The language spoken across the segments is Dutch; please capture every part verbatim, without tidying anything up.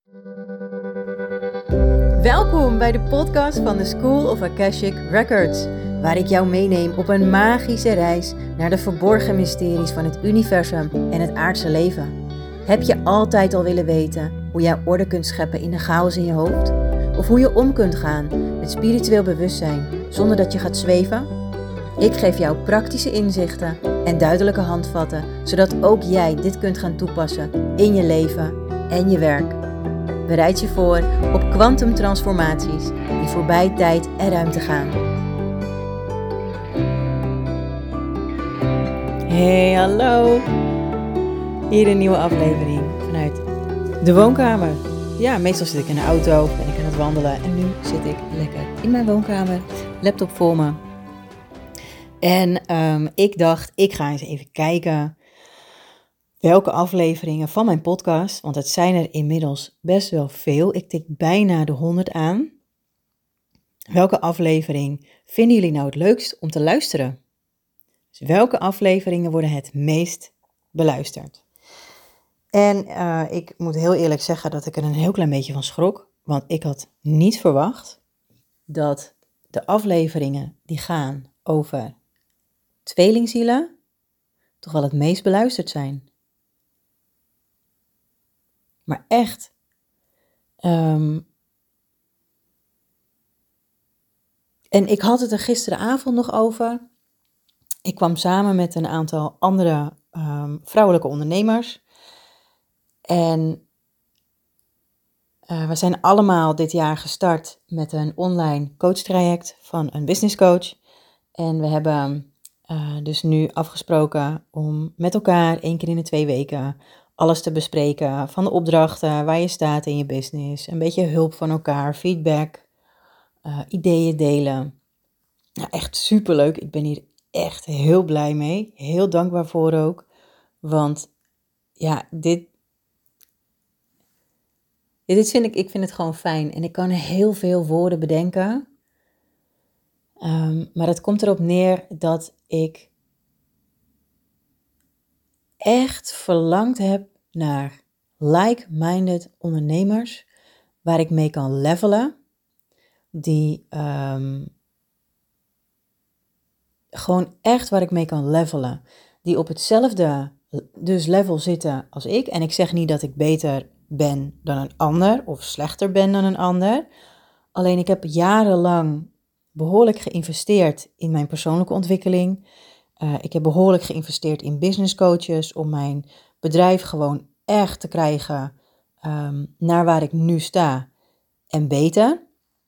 Welkom bij de podcast van de School of Akashic Records, waar ik jou meeneem op een magische reis naar de verborgen mysteries van het universum en het aardse leven. Heb je altijd al willen weten hoe jij orde kunt scheppen in de chaos in je hoofd? Of hoe je om kunt gaan met spiritueel bewustzijn zonder dat je gaat zweven? Ik geef jou praktische inzichten en duidelijke handvatten, zodat ook jij dit kunt gaan toepassen in je leven en je werk. Bereid je voor op kwantumtransformaties die voorbij tijd en ruimte gaan. Hey, hallo! Hier een nieuwe aflevering vanuit de woonkamer. Ja, meestal zit ik in de auto, ben ik aan het wandelen en nu zit ik lekker in mijn woonkamer, laptop voor me. En um, ik dacht, ik ga eens even kijken welke afleveringen van mijn podcast, want het zijn er inmiddels best wel veel. Ik tik bijna de honderd aan. Welke aflevering vinden jullie nou het leukst om te luisteren? Dus welke afleveringen worden het meest beluisterd? En uh, ik moet heel eerlijk zeggen dat ik er een heel klein beetje van schrok, want ik had niet verwacht dat de afleveringen die gaan over tweelingzielen toch wel het meest beluisterd zijn. Maar echt. Um, en ik had het er gisteravond nog over. Ik kwam samen met een aantal andere um, vrouwelijke ondernemers. En uh, we zijn allemaal dit jaar gestart met een online coachtraject van een business coach. En we hebben uh, dus nu afgesproken om met elkaar één keer in de twee weken alles te bespreken, van de opdrachten, waar je staat in je business, een beetje hulp van elkaar, feedback, uh, ideeën delen. Nou, echt superleuk. Ik ben hier echt heel blij mee. Heel dankbaar voor ook. Want ja, dit, dit vind ik, ik vind het gewoon fijn. En ik kan heel veel woorden bedenken. Um, maar het komt erop neer dat ik echt verlangd heb naar like-minded ondernemers waar ik mee kan levelen, die um, gewoon echt waar ik mee kan levelen, die op hetzelfde dus level zitten als ik. En ik zeg niet dat ik beter ben dan een ander of slechter ben dan een ander. Alleen ik heb jarenlang behoorlijk geïnvesteerd in mijn persoonlijke ontwikkeling. Uh, ik heb behoorlijk geïnvesteerd in business coaches om mijn bedrijf gewoon echt te krijgen um, naar waar ik nu sta en beter.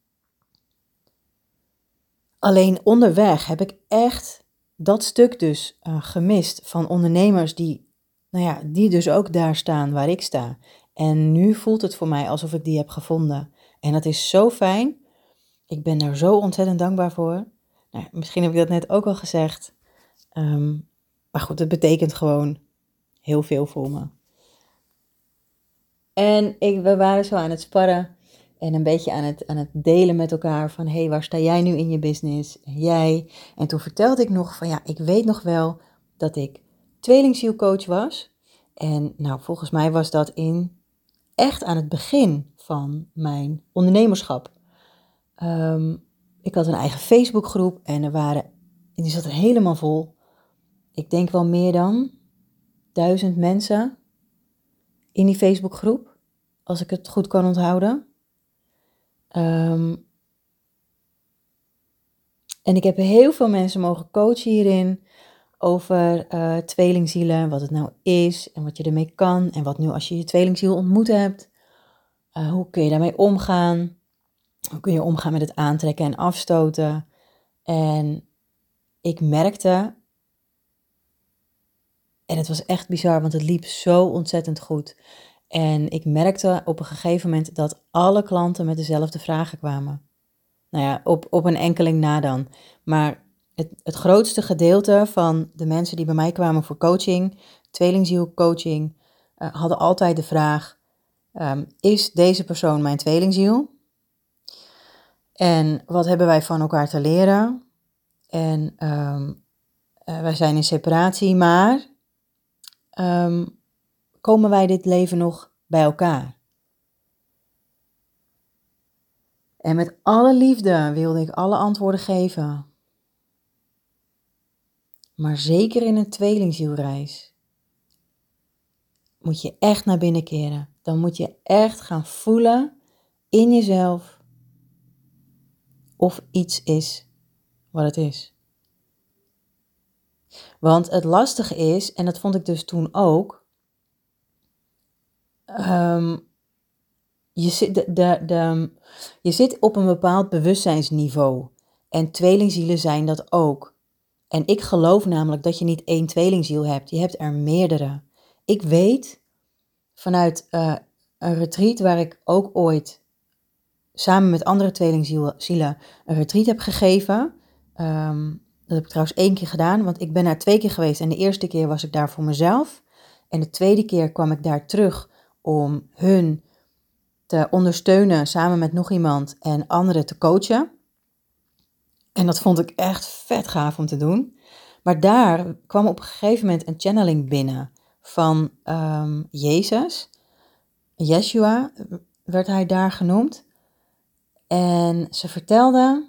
Alleen onderweg heb ik echt dat stuk dus uh, gemist van ondernemers die, nou ja, die dus ook daar staan waar ik sta. En nu voelt het voor mij alsof ik die heb gevonden. En dat is zo fijn. Ik ben daar zo ontzettend dankbaar voor. Nou, misschien heb ik dat net ook al gezegd. Um, maar goed, het betekent gewoon heel veel voor me. En ik, we waren zo aan het sparren en een beetje aan het, aan het delen met elkaar van, hé, hey, waar sta jij nu in je business? En jij? En toen vertelde ik nog van, ja, ik weet nog wel dat ik tweelingzielcoach was. En nou, volgens mij was dat in echt aan het begin van mijn ondernemerschap. Um, ik had een eigen Facebookgroep en er waren, die zat er helemaal vol. Ik denk wel meer dan duizend mensen in die Facebookgroep, als ik het goed kan onthouden. Um, en ik heb heel veel mensen mogen coachen hierin over uh, tweelingzielen, wat het nou is en wat je ermee kan. En wat nu als je je tweelingziel ontmoet hebt, uh, hoe kun je daarmee omgaan? Hoe kun je omgaan met het aantrekken en afstoten? En ik merkte, en het was echt bizar, want het liep zo ontzettend goed. En ik merkte op een gegeven moment dat alle klanten met dezelfde vragen kwamen. Nou ja, op, op een enkeling na dan. Maar het, het grootste gedeelte van de mensen die bij mij kwamen voor coaching, tweelingzielcoaching, uh, hadden altijd de vraag, um, is deze persoon mijn tweelingziel? En wat hebben wij van elkaar te leren? En um, uh, wij zijn in separatie, maar um, komen wij dit leven nog bij elkaar? En met alle liefde wilde ik alle antwoorden geven. Maar zeker in een tweelingzielreis moet je echt naar binnen keren. Dan moet je echt gaan voelen in jezelf of iets is wat het is. Want het lastige is, en dat vond ik dus toen ook, um, je, zit, de, de, de, je zit op een bepaald bewustzijnsniveau. En tweelingzielen zijn dat ook. En ik geloof namelijk dat je niet één tweelingziel hebt, je hebt er meerdere. Ik weet vanuit uh, een retreat waar ik ook ooit samen met andere tweelingzielen een retreat heb gegeven. Um, dat heb ik trouwens één keer gedaan, want ik ben daar twee keer geweest. En de eerste keer was ik daar voor mezelf. En de tweede keer kwam ik daar terug om hun te ondersteunen samen met nog iemand en anderen te coachen. En dat vond ik echt vet gaaf om te doen. Maar daar kwam op een gegeven moment een channeling binnen van um, Jezus. Yeshua werd hij daar genoemd. En ze vertelde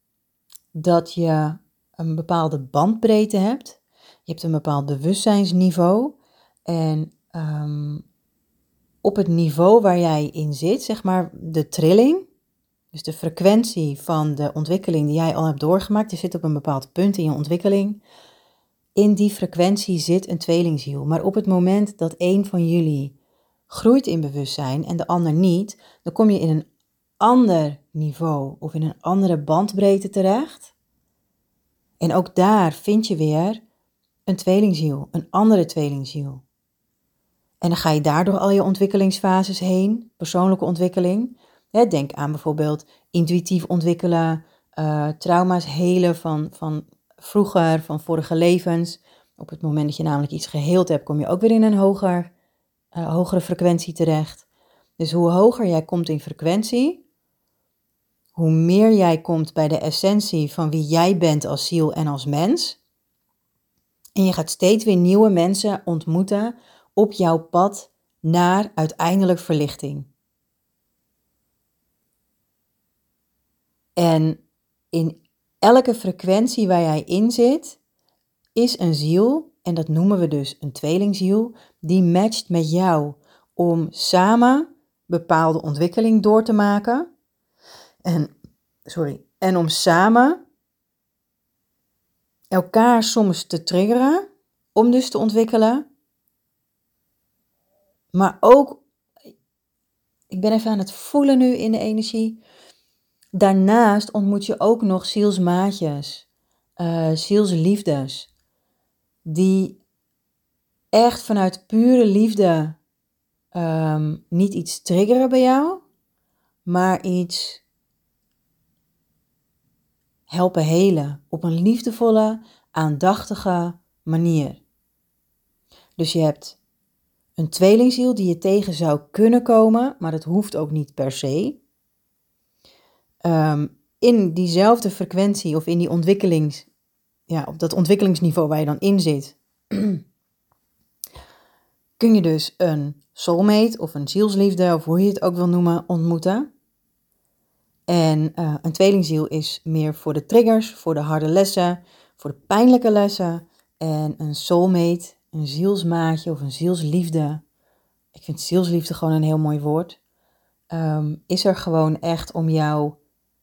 dat je een bepaalde bandbreedte hebt. Je hebt een bepaald bewustzijnsniveau. En um, op het niveau waar jij in zit, zeg maar de trilling, dus de frequentie van de ontwikkeling die jij al hebt doorgemaakt, je zit op een bepaald punt in je ontwikkeling. In die frequentie zit een tweelingziel. Maar op het moment dat een van jullie groeit in bewustzijn en de ander niet, dan kom je in een ander niveau of in een andere bandbreedte terecht. En ook daar vind je weer een tweelingziel, een andere tweelingziel. En dan ga je daardoor al je ontwikkelingsfases heen, persoonlijke ontwikkeling. Denk aan bijvoorbeeld intuïtief ontwikkelen, uh, trauma's helen van, van vroeger, van vorige levens. Op het moment dat je namelijk iets geheeld hebt, kom je ook weer in een hoger, uh, hogere frequentie terecht. Dus hoe hoger jij komt in frequentie, hoe meer jij komt bij de essentie van wie jij bent als ziel en als mens. En je gaat steeds weer nieuwe mensen ontmoeten op jouw pad naar uiteindelijk verlichting. En in elke frequentie waar jij in zit, is een ziel, en dat noemen we dus een tweelingziel, die matcht met jou om samen bepaalde ontwikkeling door te maken. En, sorry, en om samen elkaar soms te triggeren, om dus te ontwikkelen. Maar ook, ik ben even aan het voelen nu in de energie. Daarnaast ontmoet je ook nog zielsmaatjes, uh, zielsliefdes, die echt vanuit pure liefde um, niet iets triggeren bij jou, maar iets helpen helen op een liefdevolle, aandachtige manier. Dus je hebt een tweelingziel die je tegen zou kunnen komen, maar dat hoeft ook niet per se. Um, in diezelfde frequentie of in die ontwikkelings, ja, op dat ontwikkelingsniveau waar je dan in zit, kun je dus een soulmate of een zielsliefde, of hoe je het ook wil noemen, ontmoeten. En uh, een tweelingziel is meer voor de triggers, voor de harde lessen, voor de pijnlijke lessen. En een soulmate, een zielsmaatje of een zielsliefde, ik vind zielsliefde gewoon een heel mooi woord, um, is er gewoon echt om jou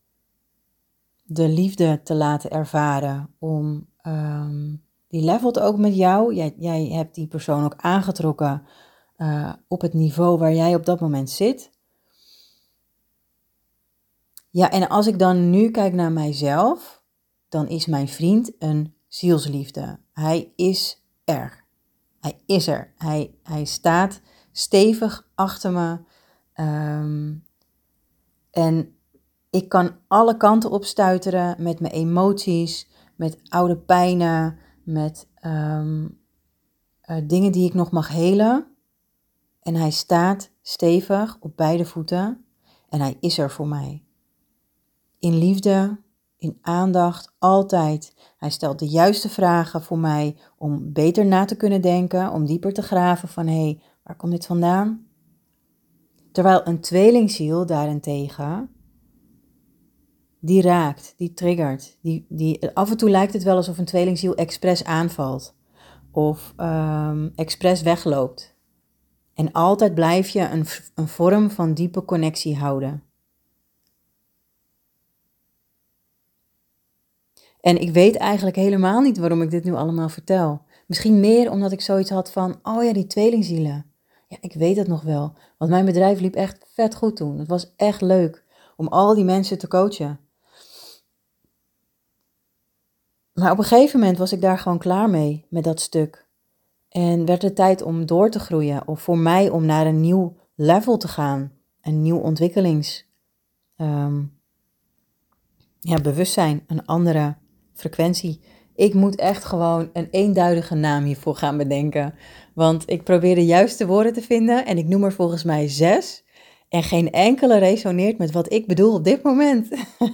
de liefde te laten ervaren, om um, die levelt ook met jou. Jij, jij hebt die persoon ook aangetrokken uh, op het niveau waar jij op dat moment zit. Ja, en als ik dan nu kijk naar mijzelf, dan is mijn vriend een zielsliefde. Hij is er. Hij is er. Hij, hij staat stevig achter me. Um, en ik kan alle kanten opstuiteren met mijn emoties, met oude pijnen, met um, uh, dingen die ik nog mag helen. En hij staat stevig op beide voeten en hij is er voor mij. In liefde, in aandacht, altijd. Hij stelt de juiste vragen voor mij om beter na te kunnen denken, om dieper te graven van, hé, hey, waar komt dit vandaan? Terwijl een tweelingziel daarentegen die raakt, die triggert. Die, die, af en toe lijkt het wel alsof een tweelingziel expres aanvalt. Of um, expres wegloopt. En altijd blijf je een, een vorm van diepe connectie houden. En ik weet eigenlijk helemaal niet waarom ik dit nu allemaal vertel. Misschien meer omdat ik zoiets had van, oh ja, die tweelingzielen. Ja, ik weet het nog wel. Want mijn bedrijf liep echt vet goed toen. Het was echt leuk om al die mensen te coachen. Maar op een gegeven moment was ik daar gewoon klaar mee, met dat stuk. En werd het tijd om door te groeien. Of voor mij om naar een nieuw level te gaan. Een nieuw ontwikkelings... Um, ja, bewustzijn. Een andere frequentie. Ik moet echt gewoon een eenduidige naam hiervoor gaan bedenken. Want ik probeer de juiste woorden te vinden. En ik noem er volgens mij zes. En geen enkele resoneert met wat ik bedoel op dit moment.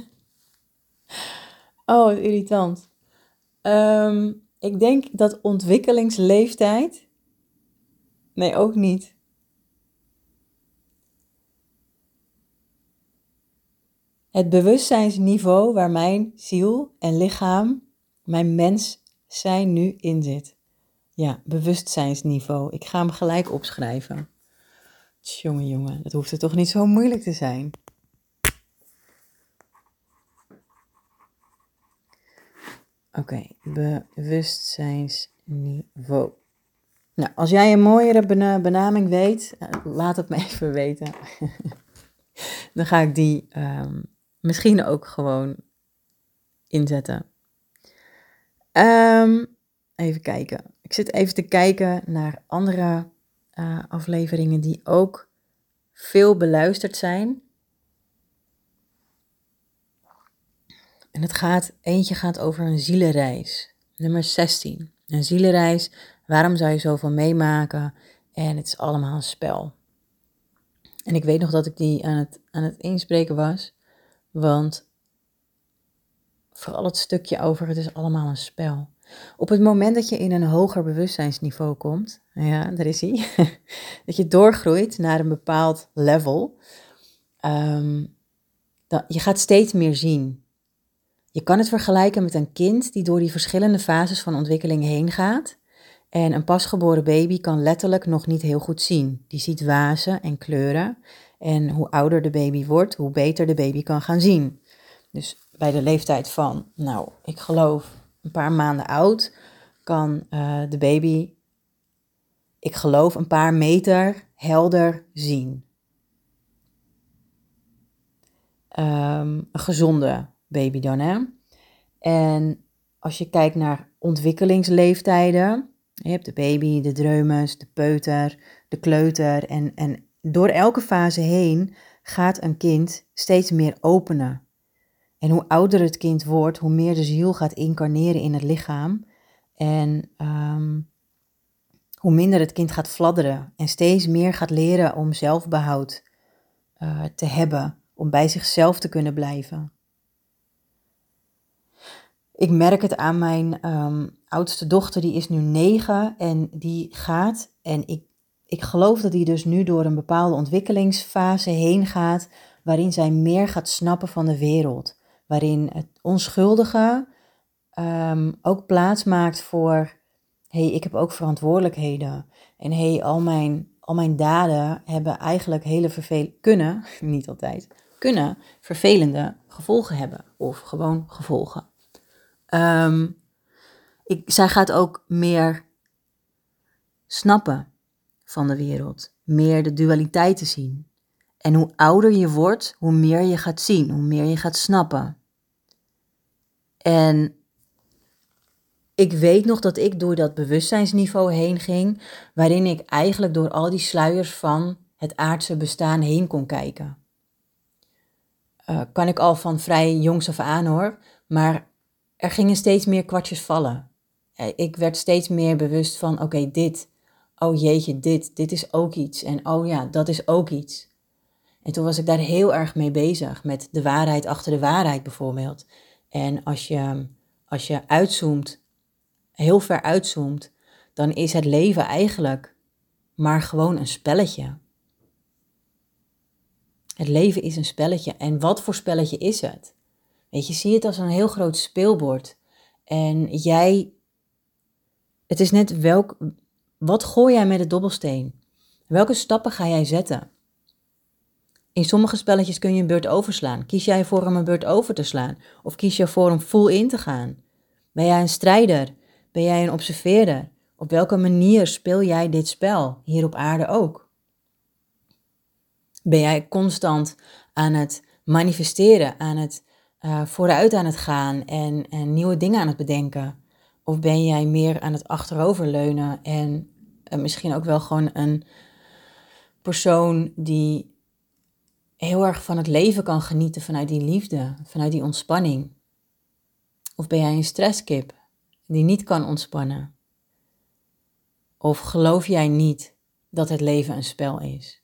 Oh, wat irritant. Um, ik denk dat ontwikkelingsleeftijd... Nee, ook niet. Het bewustzijnsniveau waar mijn ziel en lichaam, mijn mens zijn nu in zit. Ja, bewustzijnsniveau. Ik ga hem gelijk opschrijven. Jongen, jongen, dat hoeft er toch niet zo moeilijk te zijn. Oké, okay, bewustzijnsniveau. Nou, als jij een mooiere bena- benaming weet, laat het me even weten. Dan ga ik die um, misschien ook gewoon inzetten. Um, even kijken. Ik zit even te kijken naar andere uh, afleveringen die ook veel beluisterd zijn. En het gaat, eentje gaat over een zielenreis. Nummer zestien. Een zielenreis. Waarom zou je zoveel meemaken? En het is allemaal een spel. En ik weet nog dat ik die aan het, aan het inspreken was. Want vooral het stukje over het is allemaal een spel. Op het moment dat je in een hoger bewustzijnsniveau komt. Ja, daar is hij. Dat je doorgroeit naar een bepaald level. Um, dan, je gaat steeds meer zien. Je kan het vergelijken met een kind die door die verschillende fases van ontwikkeling heen gaat. En een pasgeboren baby kan letterlijk nog niet heel goed zien. Die ziet wazen en kleuren. En hoe ouder de baby wordt, hoe beter de baby kan gaan zien. Dus bij de leeftijd van, nou, ik geloof een paar maanden oud, kan uh, de baby, ik geloof een paar meter helder zien. Um, een gezonde baby dan, hè. En als je kijkt naar ontwikkelingsleeftijden, je hebt de baby, de dreumes, de peuter, de kleuter. En, en door elke fase heen gaat een kind steeds meer openen. En hoe ouder het kind wordt, hoe meer de ziel gaat incarneren in het lichaam. En um, hoe minder het kind gaat fladderen. En steeds meer gaat leren om zelfbehoud uh, te hebben. Om bij zichzelf te kunnen blijven. Ik merk het aan mijn um, oudste dochter, die is nu negen en die gaat. En ik, ik geloof dat die dus nu door een bepaalde ontwikkelingsfase heen gaat, waarin zij meer gaat snappen van de wereld. Waarin het onschuldige um, ook plaats maakt voor, hé, hey, ik heb ook verantwoordelijkheden. En hé, hey, al, mijn, al mijn daden hebben eigenlijk hele vervelende, kunnen, niet altijd, kunnen vervelende gevolgen hebben. Of gewoon gevolgen. Um, ik, zij gaat ook meer snappen van de wereld. Meer de dualiteiten zien. En hoe ouder je wordt, hoe meer je gaat zien. Hoe meer je gaat snappen. En ik weet nog dat ik door dat bewustzijnsniveau heen ging. Waarin ik eigenlijk door al die sluiers van het aardse bestaan heen kon kijken. Uh, kan ik al van vrij jongs af aan hoor. Maar er gingen steeds meer kwartjes vallen. Ik werd steeds meer bewust van, oké, okay, dit. Oh jeetje, dit. Dit is ook iets. En oh ja, dat is ook iets. En toen was ik daar heel erg mee bezig. Met de waarheid achter de waarheid bijvoorbeeld. En als je, als je uitzoomt, heel ver uitzoomt, dan is het leven eigenlijk maar gewoon een spelletje. Het leven is een spelletje. En wat voor spelletje is het? Weet je, zie het als een heel groot speelbord. En jij, het is net welk, wat gooi jij met de dobbelsteen? Welke stappen ga jij zetten? In sommige spelletjes kun je een beurt overslaan. Kies jij voor om een beurt over te slaan? Of kies je voor om full in te gaan? Ben jij een strijder? Ben jij een observeerder? Op welke manier speel jij dit spel, hier op aarde ook? Ben jij constant aan het manifesteren, aan het uh, vooruit aan het gaan en, en nieuwe dingen aan het bedenken? Of ben jij meer aan het achteroverleunen en uh, misschien ook wel gewoon een persoon die heel erg van het leven kan genieten vanuit die liefde, vanuit die ontspanning? Of ben jij een stresskip die niet kan ontspannen? Of geloof jij niet dat het leven een spel is?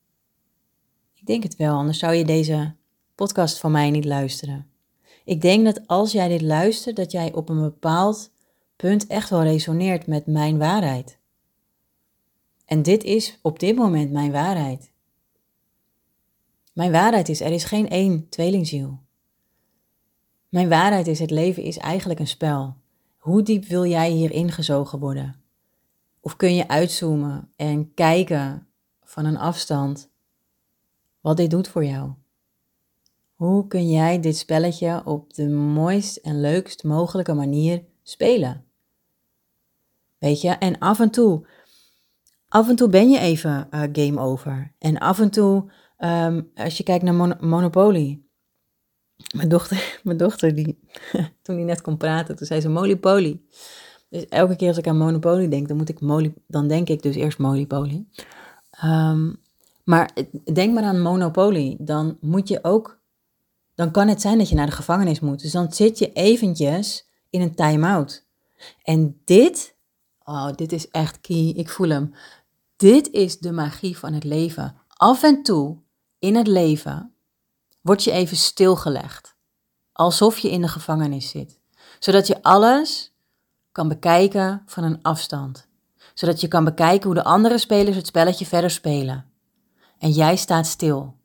Ik denk het wel, anders zou je deze podcast van mij niet luisteren. Ik denk dat als jij dit luistert, dat jij op een bepaald punt echt wel resoneert met mijn waarheid. En dit is op dit moment mijn waarheid. Mijn waarheid is, er is geen één tweelingziel. Mijn waarheid is, het leven is eigenlijk een spel. Hoe diep wil jij hier ingezogen worden? Of kun je uitzoomen en kijken van een afstand wat dit doet voor jou? Hoe kun jij dit spelletje op de mooist en leukst mogelijke manier spelen? Weet je, en af en toe, af en toe ben je even uh, game over. En af en toe, um, als je kijkt naar Mon- Monopoly. Mijn dochter, mijn dochter die, toen die net kon praten, toen zei ze Molypoly. Dus elke keer als ik aan Monopoly denk, dan, moet ik moly, dan denk ik dus eerst Molypoly. Um, maar denk maar aan Monopoly, dan moet je ook, dan kan het zijn dat je naar de gevangenis moet. Dus dan zit je eventjes in een time-out. En dit, oh, dit is echt key, ik voel hem. Dit is de magie van het leven. Af en toe in het leven word je even stilgelegd. Alsof je in de gevangenis zit. Zodat je alles kan bekijken van een afstand. Zodat je kan bekijken hoe de andere spelers het spelletje verder spelen. En jij staat stil.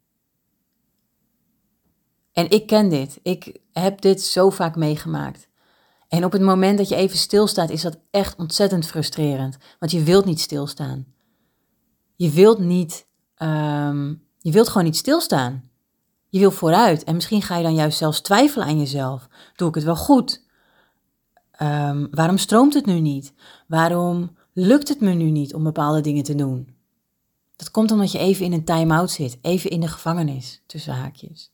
En ik ken dit. Ik heb dit zo vaak meegemaakt. En op het moment dat je even stilstaat, is dat echt ontzettend frustrerend. Want je wilt niet stilstaan. Je wilt niet, um, je wilt gewoon niet stilstaan. Je wil vooruit. En misschien ga je dan juist zelfs twijfelen aan jezelf. Doe ik het wel goed? Um, waarom stroomt het nu niet? Waarom lukt het me nu niet om bepaalde dingen te doen? Dat komt omdat je even in een time-out zit. Even in de gevangenis, tussen haakjes.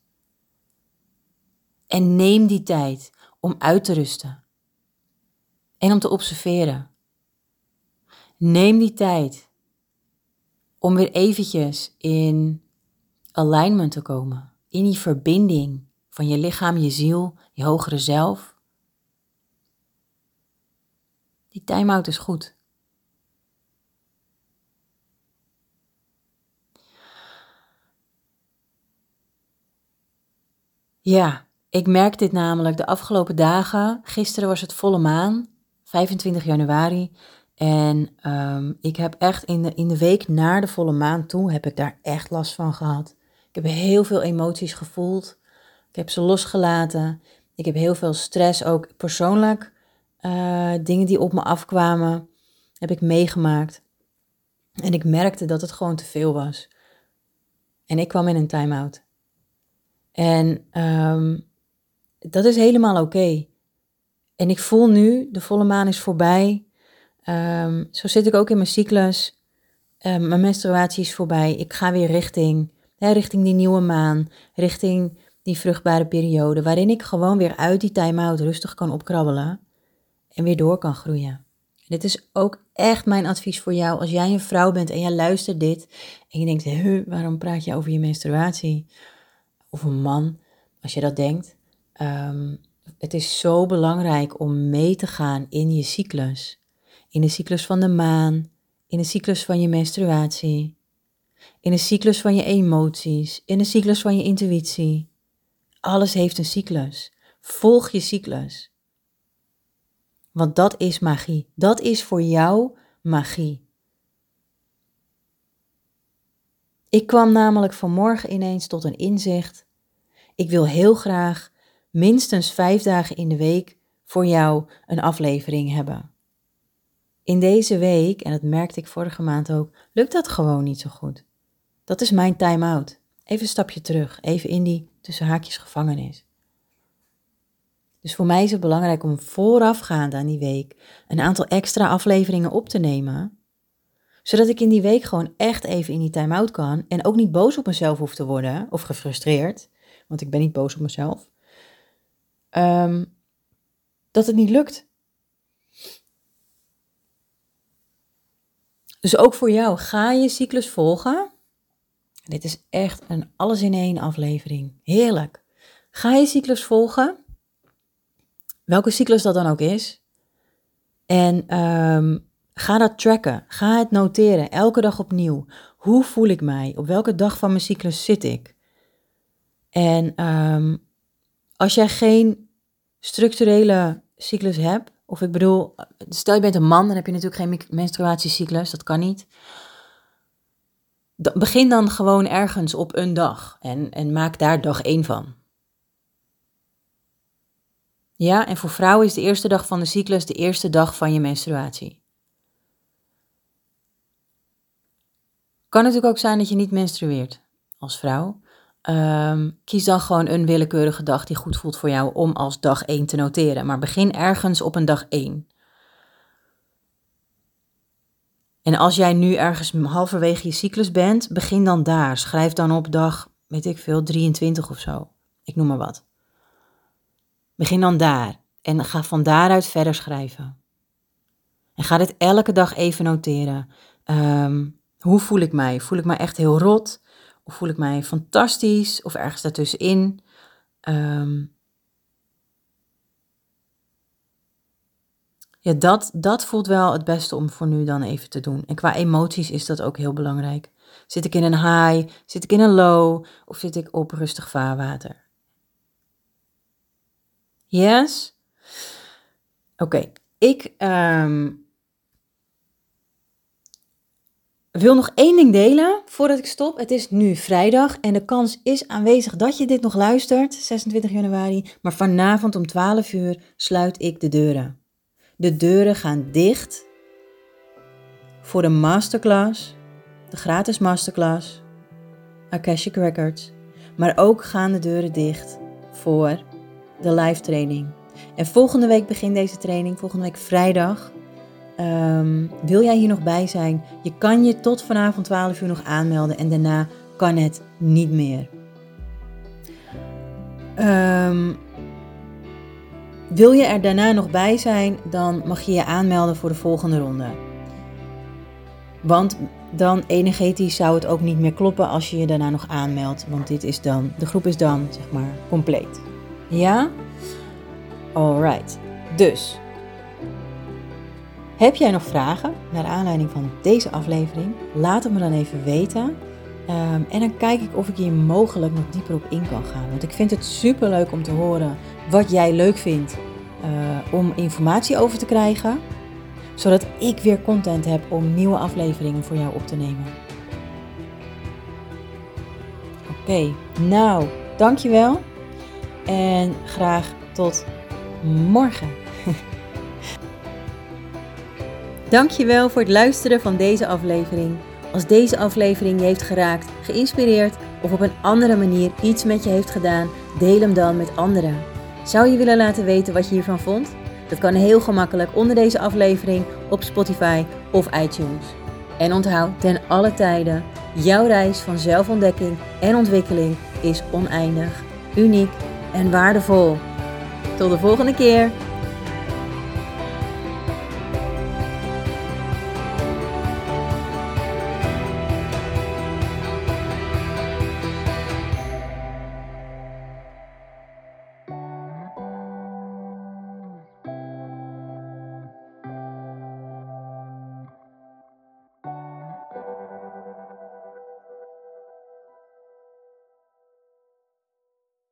En neem die tijd om uit te rusten. En om te observeren. Neem die tijd om weer eventjes in alignment te komen. In die verbinding van je lichaam, je ziel, je hogere zelf. Die time-out is goed. Ja, ik merk dit namelijk de afgelopen dagen. Gisteren was het volle maan, vijfentwintig januari. En um, ik heb echt in de, in de week naar de volle maan toe, heb ik daar echt last van gehad. Ik heb heel veel emoties gevoeld. Ik heb ze losgelaten. Ik heb heel veel stress, ook persoonlijk. Uh, dingen die op me afkwamen, heb ik meegemaakt. En ik merkte dat het gewoon te veel was. En ik kwam in een time-out. En um, dat is helemaal oké. Okay. En ik voel nu, de volle maan is voorbij. Um, zo zit ik ook in mijn cyclus. Um, mijn menstruatie is voorbij. Ik ga weer richting, hè, richting die nieuwe maan. Richting die vruchtbare periode. Waarin ik gewoon weer uit die time-out rustig kan opkrabbelen. En weer door kan groeien. En dit is ook echt mijn advies voor jou. Als jij een vrouw bent en jij luistert dit. En je denkt, huh, waarom praat je over je menstruatie? Of een man, als je dat denkt. Um, het is zo belangrijk om mee te gaan in je cyclus. In de cyclus van de maan. In de cyclus van je menstruatie. In de cyclus van je emoties. In de cyclus van je intuïtie. Alles heeft een cyclus. Volg je cyclus. Want dat is magie. Dat is voor jou magie. Ik kwam namelijk vanmorgen ineens tot een inzicht. Ik wil heel graag minstens vijf dagen in de week voor jou een aflevering hebben. In deze week, en dat merkte ik vorige maand ook, lukt dat gewoon niet zo goed. Dat is mijn time-out. Even een stapje terug, even in die tussen haakjes gevangenis. Dus voor mij is het belangrijk om voorafgaand aan die week een aantal extra afleveringen op te nemen, zodat ik in die week gewoon echt even in die time-out kan en ook niet boos op mezelf hoef te worden of gefrustreerd, want ik ben niet boos op mezelf, um, dat het niet lukt. Dus ook voor jou, ga je cyclus volgen. Dit is echt een alles in één aflevering. Heerlijk. Ga je cyclus volgen, welke cyclus dat dan ook is, en um, ga dat tracken. Ga het noteren, elke dag opnieuw. Hoe voel ik mij? Op welke dag van mijn cyclus zit ik? En um, als jij geen structurele cyclus hebt, of ik bedoel, stel je bent een man, dan heb je natuurlijk geen menstruatiecyclus, dat kan niet. Begin dan gewoon ergens op een dag en, en maak daar dag één van. Ja, en voor vrouwen is de eerste dag van de cyclus de eerste dag van je menstruatie. Kan natuurlijk ook zijn dat je niet menstrueert als vrouw. Um, kies dan gewoon een willekeurige dag die goed voelt voor jou om als dag één te noteren. Maar begin ergens op een dag één. En als jij nu ergens halverwege je cyclus bent, begin dan daar. Schrijf dan op dag, weet ik veel, drieëntwintig of zo. Ik noem maar wat. Begin dan daar en ga van daaruit verder schrijven. En ga dit elke dag even noteren. Um, hoe voel ik mij? Voel ik mij echt heel rot? Of voel ik mij fantastisch? Of ergens daartussenin? Um, ja, dat, dat voelt wel het beste om voor nu dan even te doen. En qua emoties is dat ook heel belangrijk. Zit ik in een high? Zit ik in een low? Of zit ik op rustig vaarwater? Yes? Oké, okay. ik um, wil nog één ding delen voordat ik stop. Het is nu vrijdag en de kans is aanwezig dat je dit nog luistert, zesentwintig januari. Maar vanavond om twaalf uur sluit ik de deuren. De deuren gaan dicht voor de masterclass, de gratis masterclass, Akashic Records. Maar ook gaan de deuren dicht voor de live training. En volgende week begint deze training, volgende week vrijdag. Um, wil jij hier nog bij zijn? Je kan je tot vanavond twaalf uur nog aanmelden en daarna kan het niet meer. Um, wil je er daarna nog bij zijn, dan mag je je aanmelden voor de volgende ronde. Want dan energetisch zou het ook niet meer kloppen als je je daarna nog aanmeldt. Want dit is dan, de groep is dan, zeg maar, compleet. Ja? Alright. Dus, heb jij nog vragen naar aanleiding van deze aflevering? Laat het me dan even weten. Um, en dan kijk ik of ik hier mogelijk nog dieper op in kan gaan. Want ik vind het super leuk om te horen wat jij leuk vindt uh, om informatie over te krijgen. Zodat ik weer content heb om nieuwe afleveringen voor jou op te nemen. Oké, okay, nou, dankjewel. En graag tot morgen. Dankjewel voor het luisteren van deze aflevering. Als deze aflevering je heeft geraakt, geïnspireerd of op een andere manier iets met je heeft gedaan, deel hem dan met anderen. Zou je willen laten weten wat je hiervan vond? Dat kan heel gemakkelijk onder deze aflevering op Spotify of iTunes. En onthoud ten alle tijden, jouw reis van zelfontdekking en ontwikkeling is oneindig, uniek en waardevol. Tot de volgende keer!